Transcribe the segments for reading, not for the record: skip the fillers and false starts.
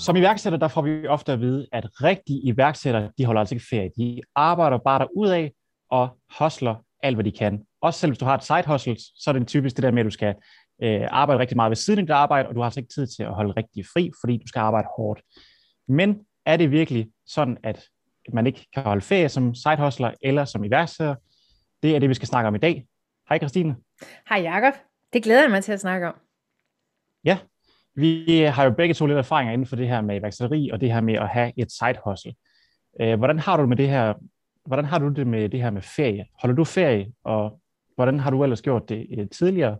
Som iværksætter, der får vi ofte at vide, at rigtige iværksættere, de holder altså ikke ferie. De arbejder bare derudad og hustler alt, hvad de kan. Også selv hvis du har et side hustle, så er det typisk det der med, at du skal arbejde rigtig meget ved siden af dit arbejde, og du har altså ikke tid til at holde rigtig fri, fordi du skal arbejde hårdt. Men er det virkelig sådan, at man ikke kan holde ferie som side hustler eller som iværksætter? Det er det, vi skal snakke om i dag. Hej Christine. Hej Jakob. Det glæder jeg mig til at snakke om. Ja, vi har jo begge to lidt erfaringer inden for det her med iværksætteri og det her med at have et side hustle. Hvordan har du det med det her med ferie? Holder du ferie, og hvordan har du ellers gjort det tidligere?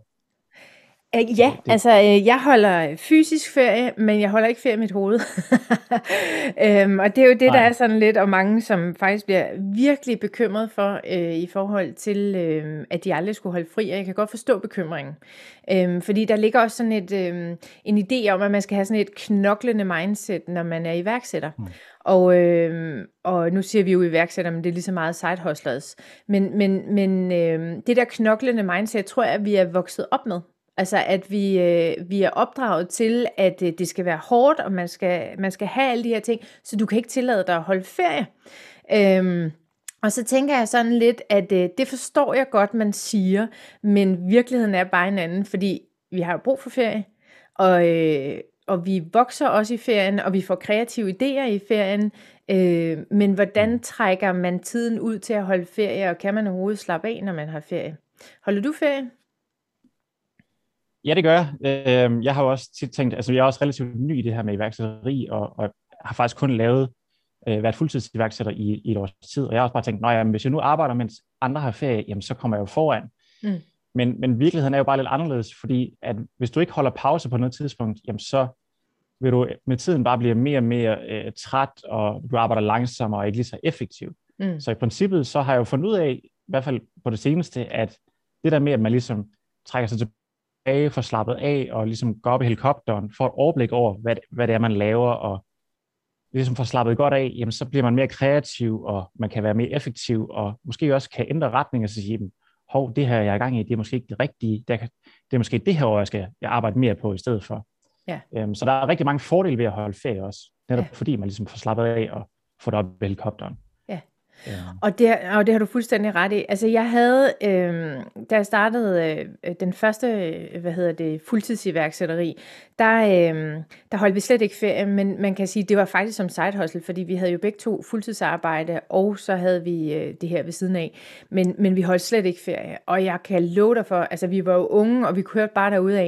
Jeg holder fysisk ferie, men jeg holder ikke ferie i mit hoved. Og det er jo det, der er sådan lidt, og mange, som faktisk bliver virkelig bekymret for, i forhold til, at de aldrig skulle holde fri, og jeg kan godt forstå bekymringen. Fordi der ligger også sådan en idé om, at man skal have sådan et knoklende mindset, når man er iværksætter. Og nu siger vi jo iværksætter, men det er lige så meget side hustlers. Men det der knoklende mindset, tror jeg, at vi er vokset op med. Altså at vi er opdraget til, at det skal være hårdt, og man skal have alle de her ting, så du kan ikke tillade dig at holde ferie. Og så tænker jeg sådan lidt, at det forstår jeg godt, man siger, men virkeligheden er bare en anden, fordi vi har jo brug for ferie, og vi vokser også i ferien, og vi får kreative idéer i ferien, men hvordan trækker man tiden ud til at holde ferie, og kan man overhovedet slappe af, når man har ferie? Holder du ferie? Ja, det gør jeg. Jeg har jo også tit tænkt, altså jeg er også relativt ny i det her med iværksætteri, og har faktisk kun været fuldtidsiværksætter i et års tid, og jeg har også bare tænkt, hvis jeg nu arbejder, mens andre har ferie, jamen så kommer jeg jo foran. Men virkeligheden er jo bare lidt anderledes, fordi at hvis du ikke holder pause på noget tidspunkt, jamen så vil du med tiden bare blive mere og mere træt, og du arbejder langsommere og ikke lige så effektivt. Så i princippet, så har jeg jo fundet ud af, i hvert fald på det seneste, at det der med, at man ligesom trækker sig tilbage, får slappet af, og ligesom går op i helikopteren, får et overblik over, hvad det er, man laver, og ligesom får slappet godt af, jamen så bliver man mere kreativ, og man kan være mere effektiv, og måske også kan ændre retning og sige, det her, jeg er i gang i, det er måske ikke det rigtige, det er måske det her år, jeg skal arbejde mere på i stedet for. Ja. Så der er rigtig mange fordele ved at holde ferie også, netop fordi man ligesom får slappet af og får det op i helikopteren. Og det har du fuldstændig ret i. Altså jeg havde, da jeg startede den første, fuldtidsiværksætteri, der holdt vi slet ikke ferie, men man kan sige, det var faktisk som side hustle, fordi vi havde jo begge to fuldtidsarbejde, og så havde vi det her ved siden af. Men vi holdt slet ikke ferie, og jeg kan love dig for, altså vi var jo unge, og vi kørte bare derudad,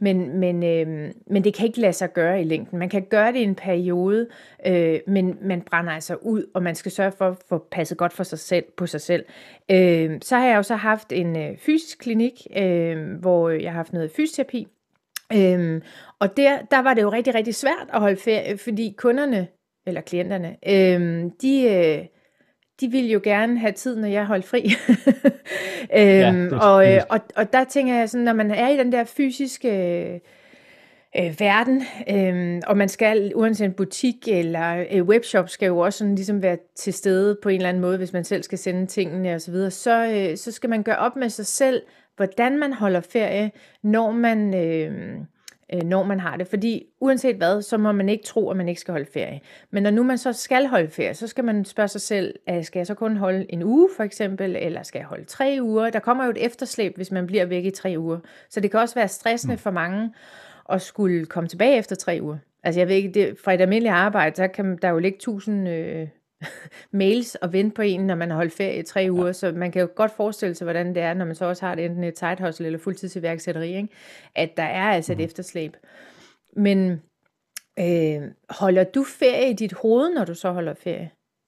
men det kan ikke lade sig gøre i længden. Man kan gøre det i en periode, men man brænder altså ud, og man skal sørge for at få passet godt for sig selv, på sig selv. Så har jeg jo så haft en fysisk klinik, hvor jeg har haft noget fysioterapi. Og der var det jo rigtig, rigtig svært at holde ferie, fordi kunderne, eller klienterne, de ville jo gerne have tid, når jeg holdt fri. Og der tænker jeg sådan, når man er i den der fysiske verden, og man skal, uanset en butik eller webshop, skal jo også sådan ligesom være til stede på en eller anden måde, hvis man selv skal sende tingene og så videre, så skal man gøre op med sig selv, hvordan man holder ferie, når man har det. Fordi uanset hvad, så må man ikke tro, at man ikke skal holde ferie. Men når nu man så skal holde ferie, så skal man spørge sig selv, skal jeg så kun holde en uge for eksempel, eller skal jeg holde 3 uger? Der kommer jo et efterslæb, hvis man bliver væk i 3 uger. Så det kan også være stressende for mange at skulle komme tilbage efter 3 uger. Altså jeg ved ikke, fra et almindeligt arbejde, så kan der jo ligge 1000 mails og vente på en, når man har holdt ferie i 3 uger, så man kan jo godt forestille sig, hvordan det er, når man så også har det enten et side hustle eller fuldtidsiværksætteri, ikke? At der er altså et efterslæb. Men holder du ferie i dit hoved, når du så holder ferie?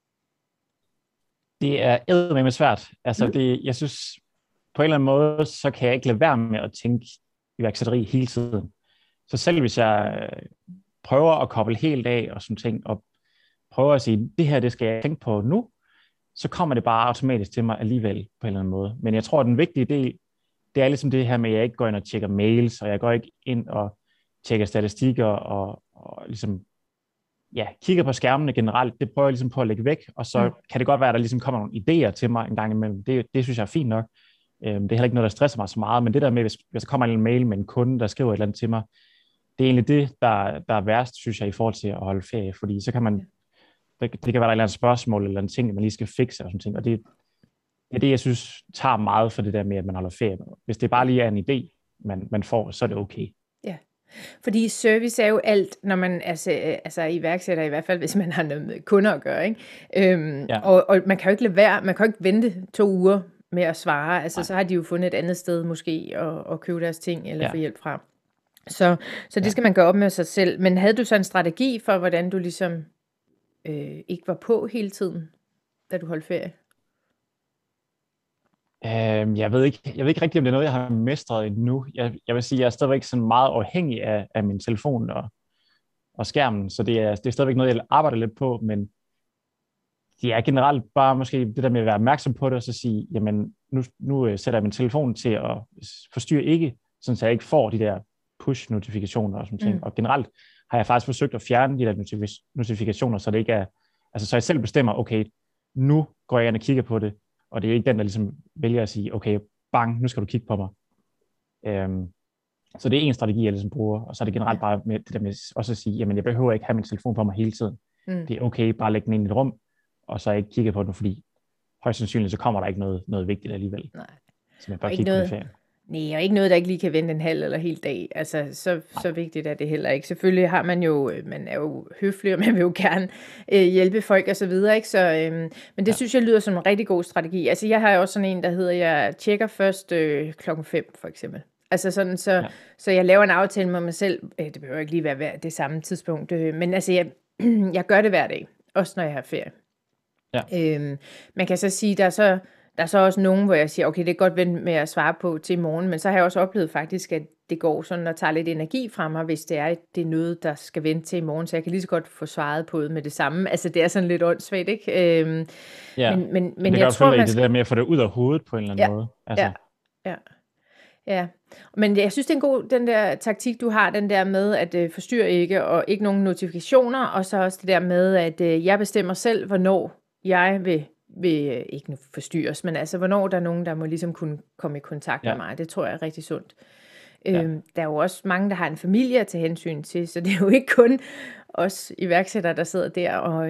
Det er eddermame svært. Altså jeg synes, på en eller anden måde, så kan jeg ikke lade være med at tænke iværksætteri hele tiden. Så selv hvis jeg prøver at koble helt af og sådan ting, og prøver at sige, det her, det skal jeg tænke på nu, så kommer det bare automatisk til mig alligevel på en eller anden måde. Men jeg tror, at den vigtige del, det er ligesom det her med, at jeg ikke går ind og tjekker mails, og jeg går ikke ind og tjekker statistikker, og ligesom, kigger på skærmene generelt. Det prøver jeg ligesom på at lægge væk, og så kan det godt være, at der ligesom kommer nogle idéer til mig en gang imellem. Det synes jeg er fint nok. Det er heller ikke noget, der stresser mig så meget, men det der med, hvis der kommer en mail med en kunde, der skriver et eller andet til mig, det er egentlig det, der er værst, synes jeg, i forhold til at holde ferie, fordi så kan man, det kan være, der er et eller andet spørgsmål, eller en ting, man lige skal fikse, og sådan ting, og det er det, jeg synes, tager meget for det der med, at man holder ferie. Hvis det bare lige er en idé, man får, så er det okay. Ja, fordi service er jo alt, når man altså iværksætter, i hvert fald hvis man har noget med kunder at gøre, ikke? Ja. Og man kan jo ikke lade være, man kan jo ikke vente 2 uger med at svare, altså Nej. så har de jo fundet et andet sted måske at købe deres ting, eller Ja. få hjælp fra. Så det skal man gøre op med sig selv. Men havde du så en strategi for, hvordan du ligesom ikke var på hele tiden, da du holdt ferie? Jeg ved ikke rigtig, om det er noget, jeg har mestret endnu. Jeg vil sige, jeg er stadigvæk sådan meget afhængig af min telefon og skærmen, så det er stadigvæk noget, jeg arbejder lidt på, men det er generelt bare måske det der med at være opmærksom på det, og så sige, jamen, nu sætter jeg min telefon til at forstyrre ikke, sådan så jeg ikke får de der push-notifikationer og sådan ting. Og generelt har jeg faktisk forsøgt at fjerne de der notifikationer, så det ikke er, altså så jeg selv bestemmer, okay, nu går jeg ind og kigger på det, og det er ikke den, der ligesom vælger at sige, okay, bang, nu skal du kigge på mig. Så det er en strategi, jeg ligesom bruger, og så er det generelt bare med det der med også at sige, jamen jeg behøver ikke have min telefon på mig hele tiden. Det er okay, bare lægge den ind i et rum, og så ikke kigge på den, fordi højst sandsynligt, så kommer der ikke noget vigtigt alligevel. Nej. Så jeg bare kigge på det ferien. Nej, og ikke noget, der ikke lige kan vente en halv eller hel dag. Altså, så vigtigt er det heller ikke. Selvfølgelig har man jo, man er jo høflig, og man vil jo gerne hjælpe folk og så videre, ikke? Så, men det synes jeg lyder som en rigtig god strategi. Altså, jeg har jo også sådan en, der hedder, jeg tjekker først 5:00 for eksempel. Altså sådan, så jeg laver en aftale med mig selv. Det behøver ikke lige være hver det samme tidspunkt, men altså, jeg gør det hver dag, også når jeg har ferie. Ja. Man kan så sige, der er så også nogen, hvor jeg siger, okay, det er godt vente med at svare på til i morgen, men så har jeg også oplevet faktisk, at det går sådan og tager lidt energi fra mig, hvis det er noget, der skal vente til i morgen, så jeg kan lige så godt få svaret på det med det samme. Altså, det er sådan lidt åndssvagt, ikke? Men det jeg tror, man det der med at få det ud af hovedet på en eller anden måde. Altså. Ja, men jeg synes, det er en god, den der taktik, du har, den der med at forstyrre ikke, og ikke nogen notifikationer, og så også det der med, at jeg bestemmer selv, hvornår jeg vil ikke forstyrres, men altså, hvornår der er nogen, der må ligesom kunne komme i kontakt med mig. Det tror jeg er rigtig sundt. Der er jo også mange, der har en familie at tage hensyn til, så det er jo ikke kun os iværksættere, der sidder der og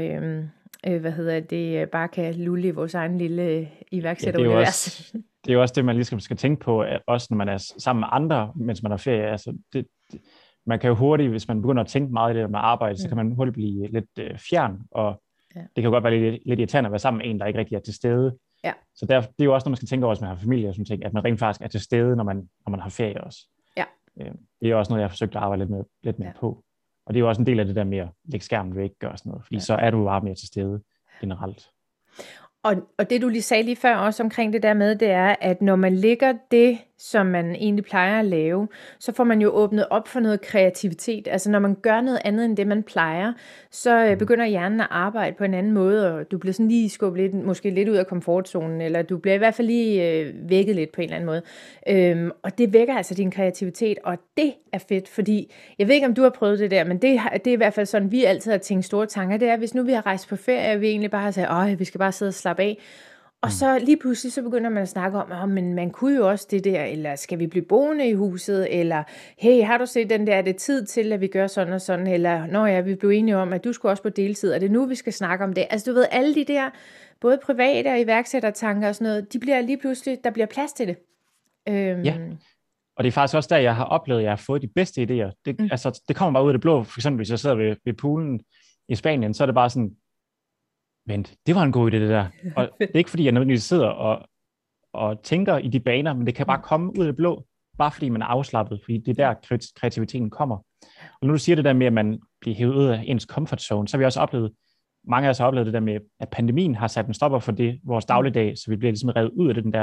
bare kan lulle i vores egen lille iværksætterunivers. Det er jo også det, man lige skal tænke på, at også når man er sammen med andre, mens man er ferie. Altså man kan jo hurtigt, hvis man begynder at tænke meget i det med arbejde, så kan man hurtigt blive lidt fjern, og det kan jo godt være lidt irriterende at være sammen med en, der ikke rigtig er til stede. Ja. Så det er jo også, når man skal tænke over, hvis man har familie og sådan ting, at man rent faktisk er til stede, når man har ferie også. Ja. Det er også noget, jeg har forsøgt at arbejde lidt mere på. Og det er jo også en del af det der med at lægge skærmen væk og sådan noget, fordi så er du bare mere til stede generelt. Og det du lige sagde lige før også omkring det der med, det er, at når man lægger det, som man egentlig plejer at lave, så får man jo åbnet op for noget kreativitet. Altså når man gør noget andet end det, man plejer, så begynder hjernen at arbejde på en anden måde, og du bliver sådan lige skubbet måske lidt ud af komfortzonen, eller du bliver i hvert fald lige vækket lidt på en eller anden måde. Og det vækker altså din kreativitet, og det er fedt, fordi jeg ved ikke, om du har prøvet det der, men det er i hvert fald sådan, vi altid har tænkt store tanker, det er, hvis nu vi har rejst på ferie, og vi egentlig bare har sagt, vi skal bare sidde og slappe af, og så lige pludselig, så begynder man at snakke om, men man kunne jo også det der, eller skal vi blive boende i huset, eller hey, har du set den der, er det tid til, at vi gør sådan og sådan, eller vi blev enige om, at du skulle også på deltid, er det nu, vi skal snakke om det? Altså du ved, alle de der, både private og iværksættertanker og sådan noget, de bliver lige pludselig, der bliver plads til det. Ja, og det er faktisk også der, jeg har oplevet, at jeg har fået de bedste idéer. Det kommer bare ud af det blå. For eksempel, hvis jeg sidder ved poolen i Spanien, så er det bare sådan, vent, det var en god idé, det der. Og det er ikke, fordi jeg nødvendigvis sidder og tænker i de baner, men det kan bare komme ud af det blå, bare fordi man er afslappet, fordi det er der, kreativiteten kommer. Og når du siger det der med, at man bliver hævet ud af ens comfort zone, så har vi også oplevet, mange af os har oplevet det der med, at pandemien har sat en stopper for det, vores dagligdag, så vi bliver ligesom revet ud af det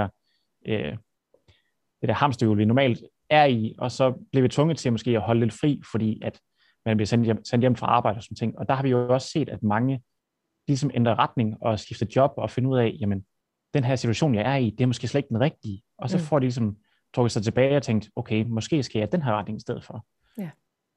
der hamsterhjul, vi normalt er i, og så bliver vi tvunget til måske at holde lidt fri, fordi at man bliver sendt hjem fra arbejde og sådan ting. Og der har vi jo også set, at mange ligesom ændrer retning og skifter job og finder ud af, jamen, den her situation, jeg er i, det er måske slet ikke den rigtige. Og så får de ligesom trukket sig tilbage og tænkt, okay, måske skal jeg den her retning i stedet for. Ja.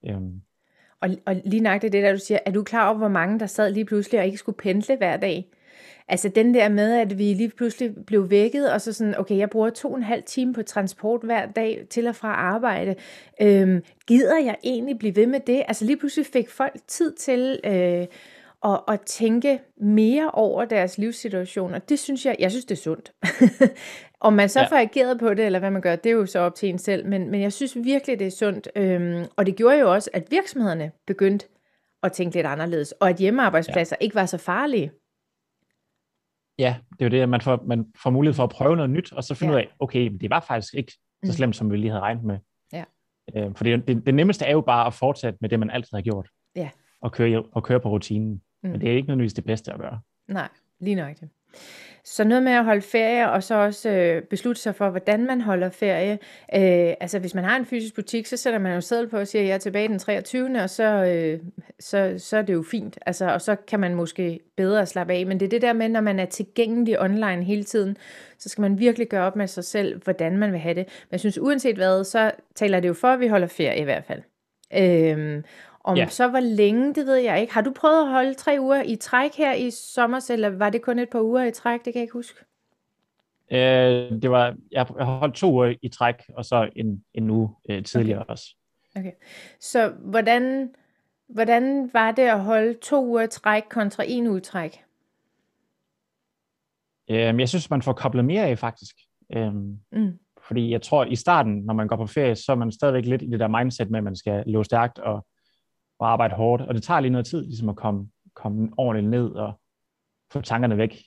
Og lige nøjagtigt det der, du siger, er du klar over, hvor mange der sad lige pludselig og ikke skulle pendle hver dag? Altså den der med, at vi lige pludselig blev vækket, og så sådan, okay, jeg bruger 2,5 timer på transport hver dag til og fra arbejde. Gider jeg egentlig blive ved med det? Altså lige pludselig fik folk tid til at tænke mere over deres livssituation, og det synes jeg synes det er sundt. Om man så får ageret på det, eller hvad man gør, det er jo så op til en selv, men jeg synes virkelig, det er sundt. Og det gjorde jo også, at virksomhederne begyndte at tænke lidt anderledes, og at hjemmearbejdspladser ikke var så farlige. Ja, det er jo det, at man får mulighed for at prøve noget nyt, og så finde ud af, okay, det var faktisk ikke så slemt, som vi lige havde regnet med. Ja. Fordi det nemmeste er jo bare at fortsætte med det, man altid har gjort. Ja. Og køre på rutinen. Men det er ikke nødvendigvis det bedste at gøre. Nej, lige nok det. Så noget med at holde ferie, og så også beslutte sig for, hvordan man holder ferie. Altså hvis man har en fysisk butik, så sætter man jo seddel på og siger, at jeg er tilbage den 23. Og så er det jo fint. Altså, og så kan man måske bedre slappe af. Men det er det der med, når man er tilgængelig online hele tiden, så skal man virkelig gøre op med sig selv, hvordan man vil have det. Men jeg synes uanset hvad, så taler det jo for, at vi holder ferie i hvert fald. Så hvor længe, det ved jeg ikke. Har du prøvet at holde 3 uger i træk her i sommer, eller var det kun et par uger i træk? Det kan jeg ikke huske. Jeg har holdt 2 uger i træk, og så en uge tidligere også. Okay. Så hvordan var det at holde 2 uger i træk kontra 1 uge i træk? Jeg synes, man får koblet mere af, faktisk. Fordi jeg tror, i starten, når man går på ferie, så er man stadigvæk lidt i det der mindset med, at man skal løbe stærkt og arbejde hårdt, og det tager lige noget tid ligesom at komme ordentligt ned og få tankerne væk.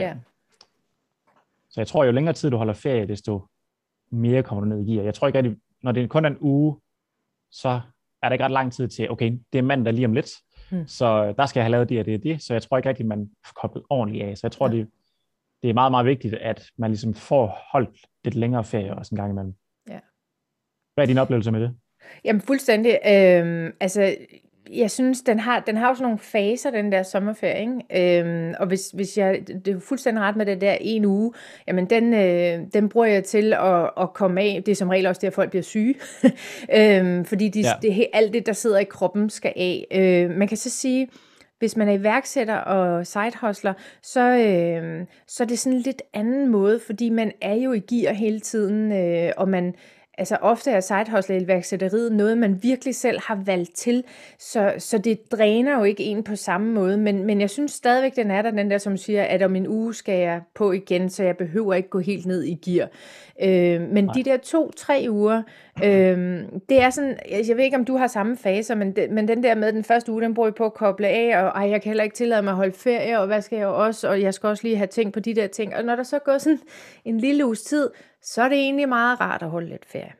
Så jeg tror, jo længere tid du holder ferie, desto mere kommer du ned i gear. Jeg tror ikke, at når det kun er en uge, så er der ikke ret lang tid til, okay, det er mandag lige om lidt, så der skal jeg have lavet det og det og det, så jeg tror ikke rigtig, man får koblet ordentligt af. Så jeg tror, det er meget, meget vigtigt, at man ligesom får holdt lidt længere ferie også en gang imellem. Ja. Hvad er din oplevelse med det? Jamen fuldstændig. Jeg synes, den har jo sådan nogle faser, den der sommerferie, ikke? Og hvis jeg, det er fuldstændig ret med det der 1 uge, jamen den bruger jeg til at komme af. Det er som regel også det, at folk bliver syge. Fordi det alt det, der sidder i kroppen, skal af. Man kan så sige, hvis man er iværksætter og sidehustler, så er det sådan en lidt anden måde, fordi man er jo i gear hele tiden, og man... Altså ofte er sidehustle-iværksætteriet noget, man virkelig selv har valgt til, så det dræner jo ikke en på samme måde, men jeg synes stadigvæk, den der, som siger, at om en uge skal jeg på igen, så jeg behøver ikke gå helt ned i gear. Men de der 2-3 uger, det er sådan, jeg ved ikke, om du har samme faser, men den der med den første uge, den bruger jeg på at koble af, og jeg kan heller ikke tillade mig at holde ferie, og hvad skal jeg også, og jeg skal også lige have tænkt på de der ting, og når der så går sådan en lille uges tid, så er det egentlig meget rart at holde lidt ferie.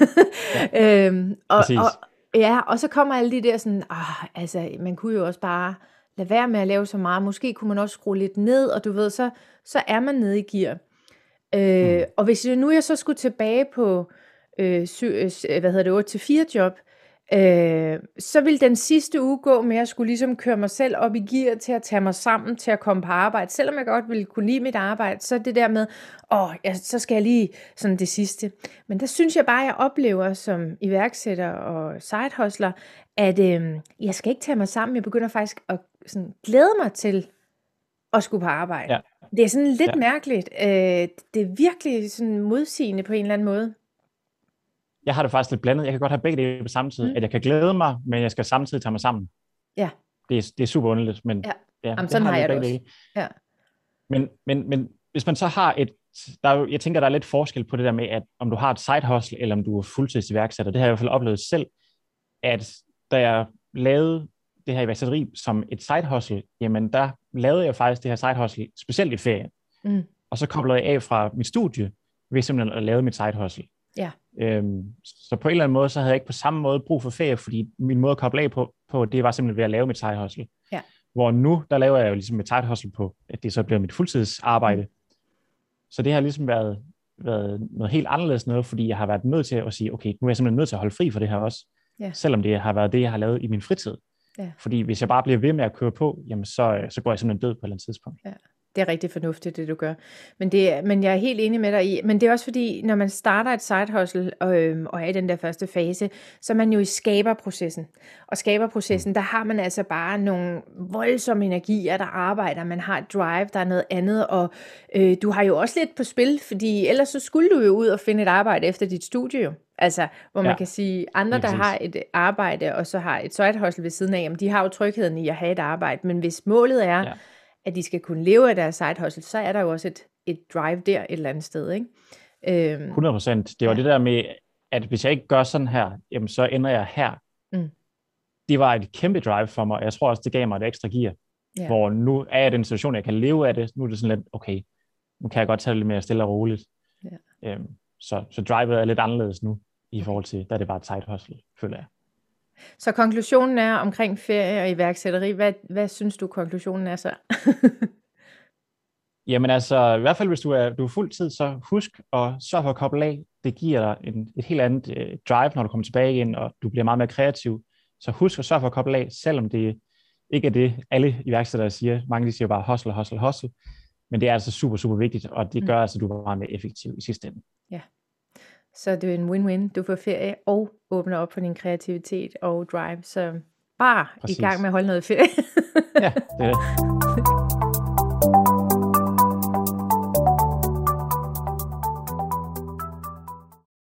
Og så kommer alle de der sådan, man kunne jo også bare lade være med at lave så meget, måske kunne man også skrue lidt ned, og du ved, så er man nede i gear. Og hvis nu jeg så skulle tilbage på 8-4 job, så ville den sidste uge gå med, at jeg skulle ligesom køre mig selv op i gear til at tage mig sammen til at komme på arbejde. Selvom jeg godt ville kunne lide mit arbejde, så det der med, så skal jeg lige sådan det sidste. Men der synes jeg bare, at jeg oplever som iværksætter og sidehustler, at jeg skal ikke tage mig sammen. Jeg begynder faktisk at sådan glæde mig til at skulle på arbejde. Ja. Det er sådan lidt mærkeligt. Det er virkelig sådan modsigende på en eller anden måde. Jeg har det faktisk lidt blandet. Jeg kan godt have begge dele på samme tid. At jeg kan glæde mig, men jeg skal samtidig tage mig sammen. Ja. Det er super underligt, men jamen, sådan har jeg det også. Ja. Men hvis man så har jeg tænker, der er lidt forskel på det der med, at om du har et side hustle, eller om du er fuldtidsiværksætter. Det har jeg i hvert fald oplevet selv, at da jeg lavede det her iværksætteri som et side hustle, jamen der lavede jeg faktisk det her side hustle, specielt i ferien. Og så koblede jeg af fra mit studie, ved simpelthen at lave mit side hustle. Ja. Så på en eller anden måde, så havde jeg ikke på samme måde brug for ferie, fordi min måde at koble af på det var simpelthen ved at lave mit side hustle. Ja. Hvor nu, der laver jeg jo ligesom mit side hustle på, at det så bliver mit fuldtidsarbejde. Så det har ligesom været noget helt anderledes noget, fordi jeg har været nødt til at sige, okay, nu er jeg simpelthen nødt til at holde fri for det her også, selvom det har været det, jeg har lavet i min fritid. Ja. Fordi hvis jeg bare bliver ved med at køre på, jamen så går jeg simpelthen død på et eller andet tidspunkt. Ja. Det er rigtig fornuftigt, det du gør. Men jeg er helt enig med dig i, men det er også fordi, når man starter et side hustle og er i den der første fase, så er man jo i skaberprocessen. Og skaberprocessen, der har man altså bare nogle voldsomme energier, der arbejder. Man har et drive, der er noget andet, og du har jo også lidt på spil, fordi ellers så skulle du jo ud og finde et arbejde efter dit studie jo. Altså, hvor man kan sige, andre, der har et arbejde, og så har et side hustle ved siden af, jamen, de har jo trygheden i at have et arbejde, men hvis målet er, at de skal kunne leve af deres side hustle, så er der jo også et drive der et eller andet sted, ikke? 100%. Det var det der med, at hvis jeg ikke gør sådan her, jamen, så ender jeg her. Det var et kæmpe drive for mig, og jeg tror også, det gav mig et ekstra gear, hvor nu er jeg i den situation, jeg kan leve af det. Nu er det sådan lidt, okay, nu kan jeg godt tage det lidt mere stille og roligt. Så drivet er lidt anderledes nu, i forhold til, da det var et side hustle, føler jeg. Så konklusionen er omkring ferie og iværksætteri. Hvad synes du, konklusionen er så? Jamen altså, i hvert fald hvis du er fuld tid, så husk at sørge for at koble af. Det giver dig et helt andet drive, når du kommer tilbage igen, og du bliver meget mere kreativ. Så husk at sørge for at koble af, selvom det ikke er det, alle iværksættere siger. Mange de siger bare hustle, hustle, hustle. Men det er altså super, super vigtigt, og det gør altså, at du er meget mere effektiv i sidste ende. Ja. Så det er en win-win. Du får ferie og åbner op for din kreativitet og drive. Så bare i gang med at holde noget ferie. Ja, det er det.